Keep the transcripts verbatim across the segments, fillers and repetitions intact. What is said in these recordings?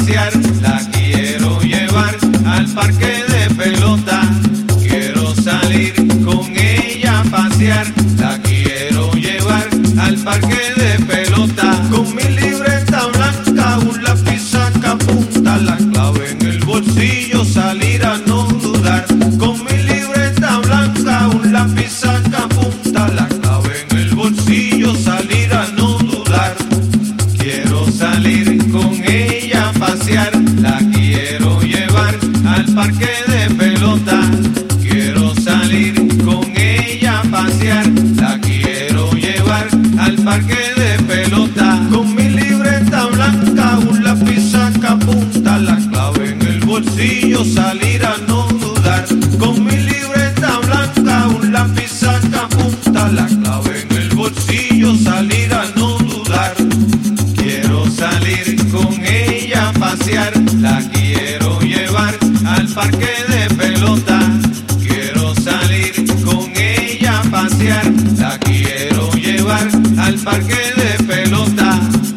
pasear, la quiero llevar al parque de pelota. Quiero salir con ella a pasear, la quiero llevar al parque de pelota. Con mi libreta blanca, un lápiz saca punta, la clave en el bolsillo, salir a no dudar. Con mi libreta blanca, un lápiz saca punta, la clave en el bolsillo, salir a no dudar. Quiero salir con ella a pasear, la quiero llevar al parque de pelota. Quiero salir con ella a pasear, la quiero llevar al parque de pelota. Con mi libreta blanca, un lápiz saca punta, la clave en el bolsillo, salir a no dudar. Con mi libreta blanca, un lápiz saca punta, la clave en el bolsillo, salir a no dudar. Quiero salir con ella a pasear, la quiero llevar al parque de pelota. Quiero salir con ella a pasear, la quiero llevar al parque de pelota.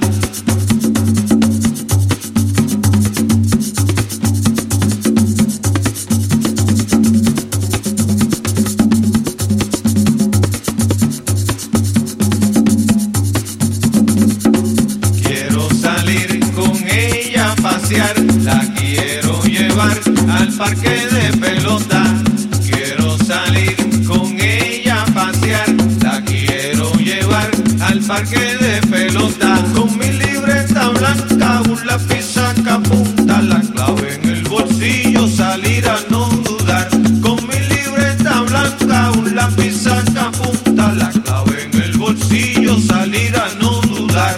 Quiero salir con ella a pasear, la quiero llevar al parque de pelota. Quiero salir con ella a pasear, la quiero llevar al parque de pelota. Con mi libreta blanca, un lápiz saca punta, la clave en el bolsillo, salir a no dudar. Con mi libreta blanca, un lápiz saca punta, la clave en el bolsillo, salir a no dudar.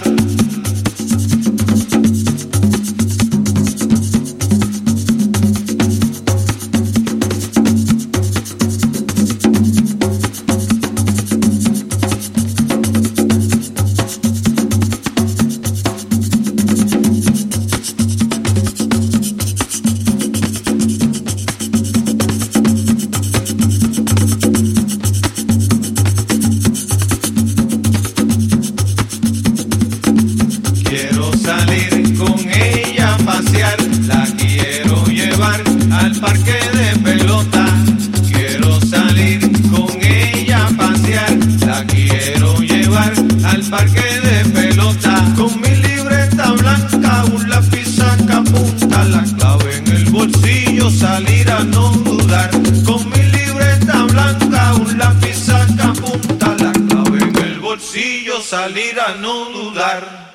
Quiero salir con ella a pasear, la quiero llevar al parque de pelota. Quiero salir con ella a pasear, la quiero llevar al parque de pelota. Con mi libreta blanca, un lápiz saca punta, la clave en el bolsillo, salir a no dudar. Con mi libreta blanca, un lápiz saca punta, la clave en el bolsillo, salir a no dudar.